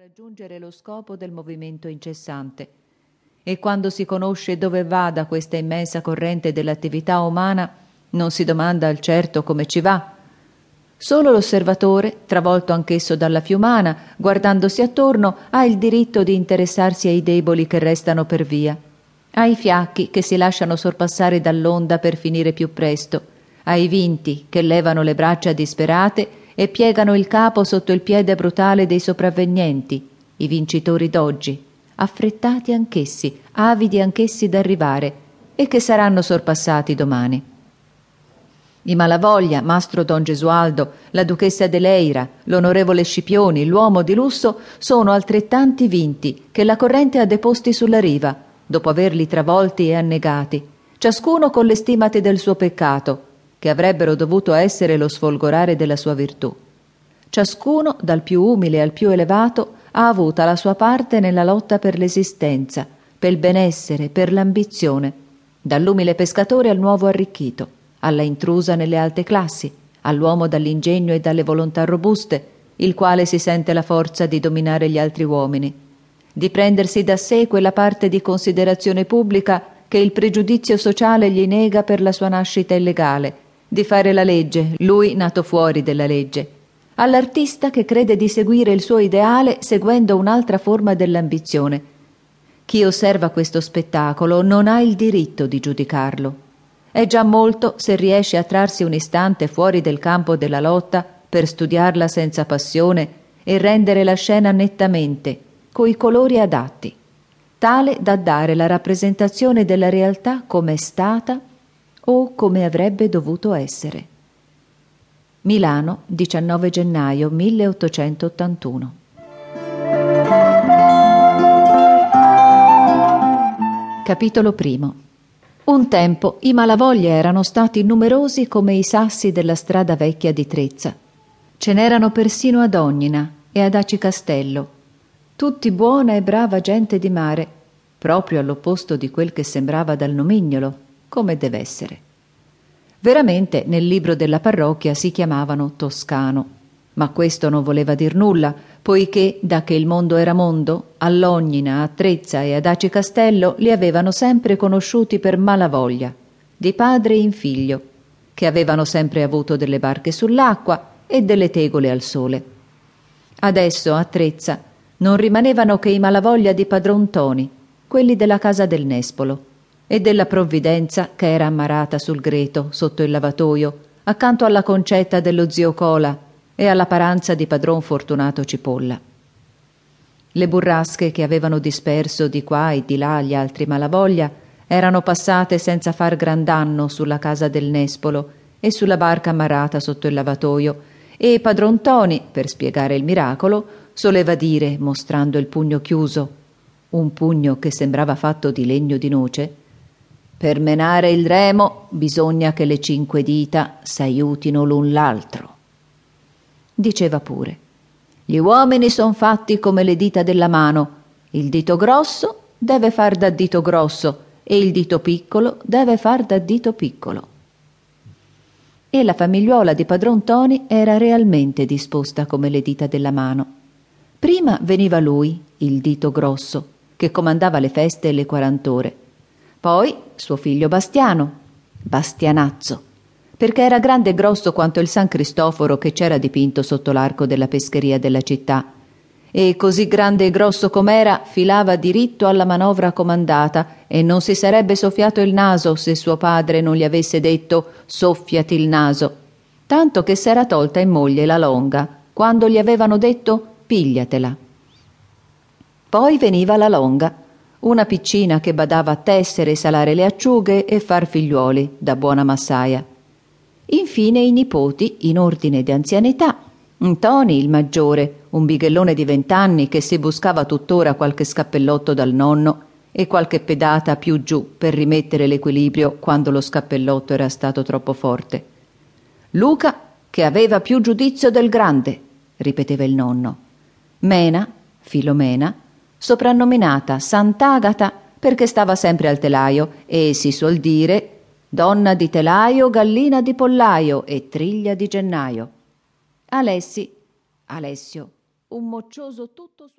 raggiungere lo scopo del movimento incessante. E quando si conosce dove vada questa immensa corrente dell'attività umana, non si domanda al certo come ci va. Solo l'osservatore, travolto anch'esso dalla fiumana, guardandosi attorno, ha il diritto di interessarsi ai deboli che restano per via, ai fiacchi che si lasciano sorpassare dall'onda per finire più presto, ai vinti che levano le braccia disperate e piegano il capo sotto il piede brutale dei sopravvenienti, i vincitori d'oggi, affrettati anch'essi, avidi anch'essi d'arrivare, e che saranno sorpassati domani. I Malavoglia, Mastro Don Gesualdo, la Duchessa de Leyra, l'onorevole Scipioni, l'uomo di lusso, sono altrettanti vinti che la corrente ha deposti sulla riva, dopo averli travolti e annegati, ciascuno con le stimate del suo peccato, che avrebbero dovuto essere lo sfolgorare della sua virtù. Ciascuno, dal più umile al più elevato, ha avuta la sua parte nella lotta per l'esistenza, per il benessere, per l'ambizione, dall'umile pescatore al nuovo arricchito, alla intrusa nelle alte classi, all'uomo dall'ingegno e dalle volontà robuste, il quale si sente la forza di dominare gli altri uomini, di prendersi da sé quella parte di considerazione pubblica che il pregiudizio sociale gli nega per la sua nascita illegale, di fare la legge, lui nato fuori della legge, all'artista che crede di seguire il suo ideale seguendo un'altra forma dell'ambizione. Chi osserva questo spettacolo non ha il diritto di giudicarlo. È già molto se riesce a trarsi un istante fuori del campo della lotta per studiarla senza passione e rendere la scena nettamente, coi colori adatti, tale da dare la rappresentazione della realtà come è stata o come avrebbe dovuto essere. Milano, 19 gennaio 1881. Capitolo primo. Un tempo i Malavoglia erano stati numerosi come i sassi della strada vecchia di Trezza. Ce n'erano persino ad Ognina e ad Aci Castello, tutti buona e brava gente di mare, proprio all'opposto di quel che sembrava dal nomignolo, come deve essere. Veramente nel libro della parrocchia si chiamavano Toscano, ma questo non voleva dir nulla, poiché, da che il mondo era mondo, all'Ognina, a Trezza e ad Aci Castello li avevano sempre conosciuti per Malavoglia, di padre in figlio, che avevano sempre avuto delle barche sull'acqua e delle tegole al sole. Adesso a Trezza non rimanevano che i Malavoglia di padron Ntoni, quelli della casa del Nespolo, e della Provvidenza che era ammarata sul greto, sotto il lavatoio, accanto alla concetta dello zio Cola e alla paranza di padron Fortunato Cipolla. Le burrasche che avevano disperso di qua e di là gli altri Malavoglia erano passate senza far gran danno sulla casa del Nespolo e sulla barca ammarrata sotto il lavatoio, e padron Ntoni, per spiegare il miracolo, soleva dire, mostrando il pugno chiuso, un pugno che sembrava fatto di legno di noce: per menare il remo bisogna che le 5 dita s'aiutino l'un l'altro. Diceva pure: gli uomini son fatti come le dita della mano, il dito grosso deve far da dito grosso e il dito piccolo deve far da dito piccolo. E la famigliuola di padron Ntoni era realmente disposta come le dita della mano. Prima veniva lui, il dito grosso, che comandava le feste e le 40 ore. Poi suo figlio Bastiano, Bastianazzo, perché era grande e grosso quanto il San Cristoforo che c'era dipinto sotto l'arco della pescheria della città, e così grande e grosso com'era filava diritto alla manovra comandata e non si sarebbe soffiato il naso se suo padre non gli avesse detto «soffiati il naso», tanto che s'era tolta in moglie la longa quando gli avevano detto «pigliatela». Poi veniva la longa, una piccina che badava a tessere e salare le acciughe e far figliuoli da buona massaia. Infine i nipoti, in ordine di anzianità: Ntoni il maggiore, un bighellone di 20 anni che si buscava tuttora qualche scappellotto dal nonno e qualche pedata più giù per rimettere l'equilibrio quando lo scappellotto era stato troppo forte. Luca, che aveva più giudizio del grande, ripeteva il nonno. Mena, Filomena, soprannominata Sant'Agata perché stava sempre al telaio e, si suol dire, donna di telaio, gallina di pollaio e triglia di gennaio. Alessio, un moccioso tutto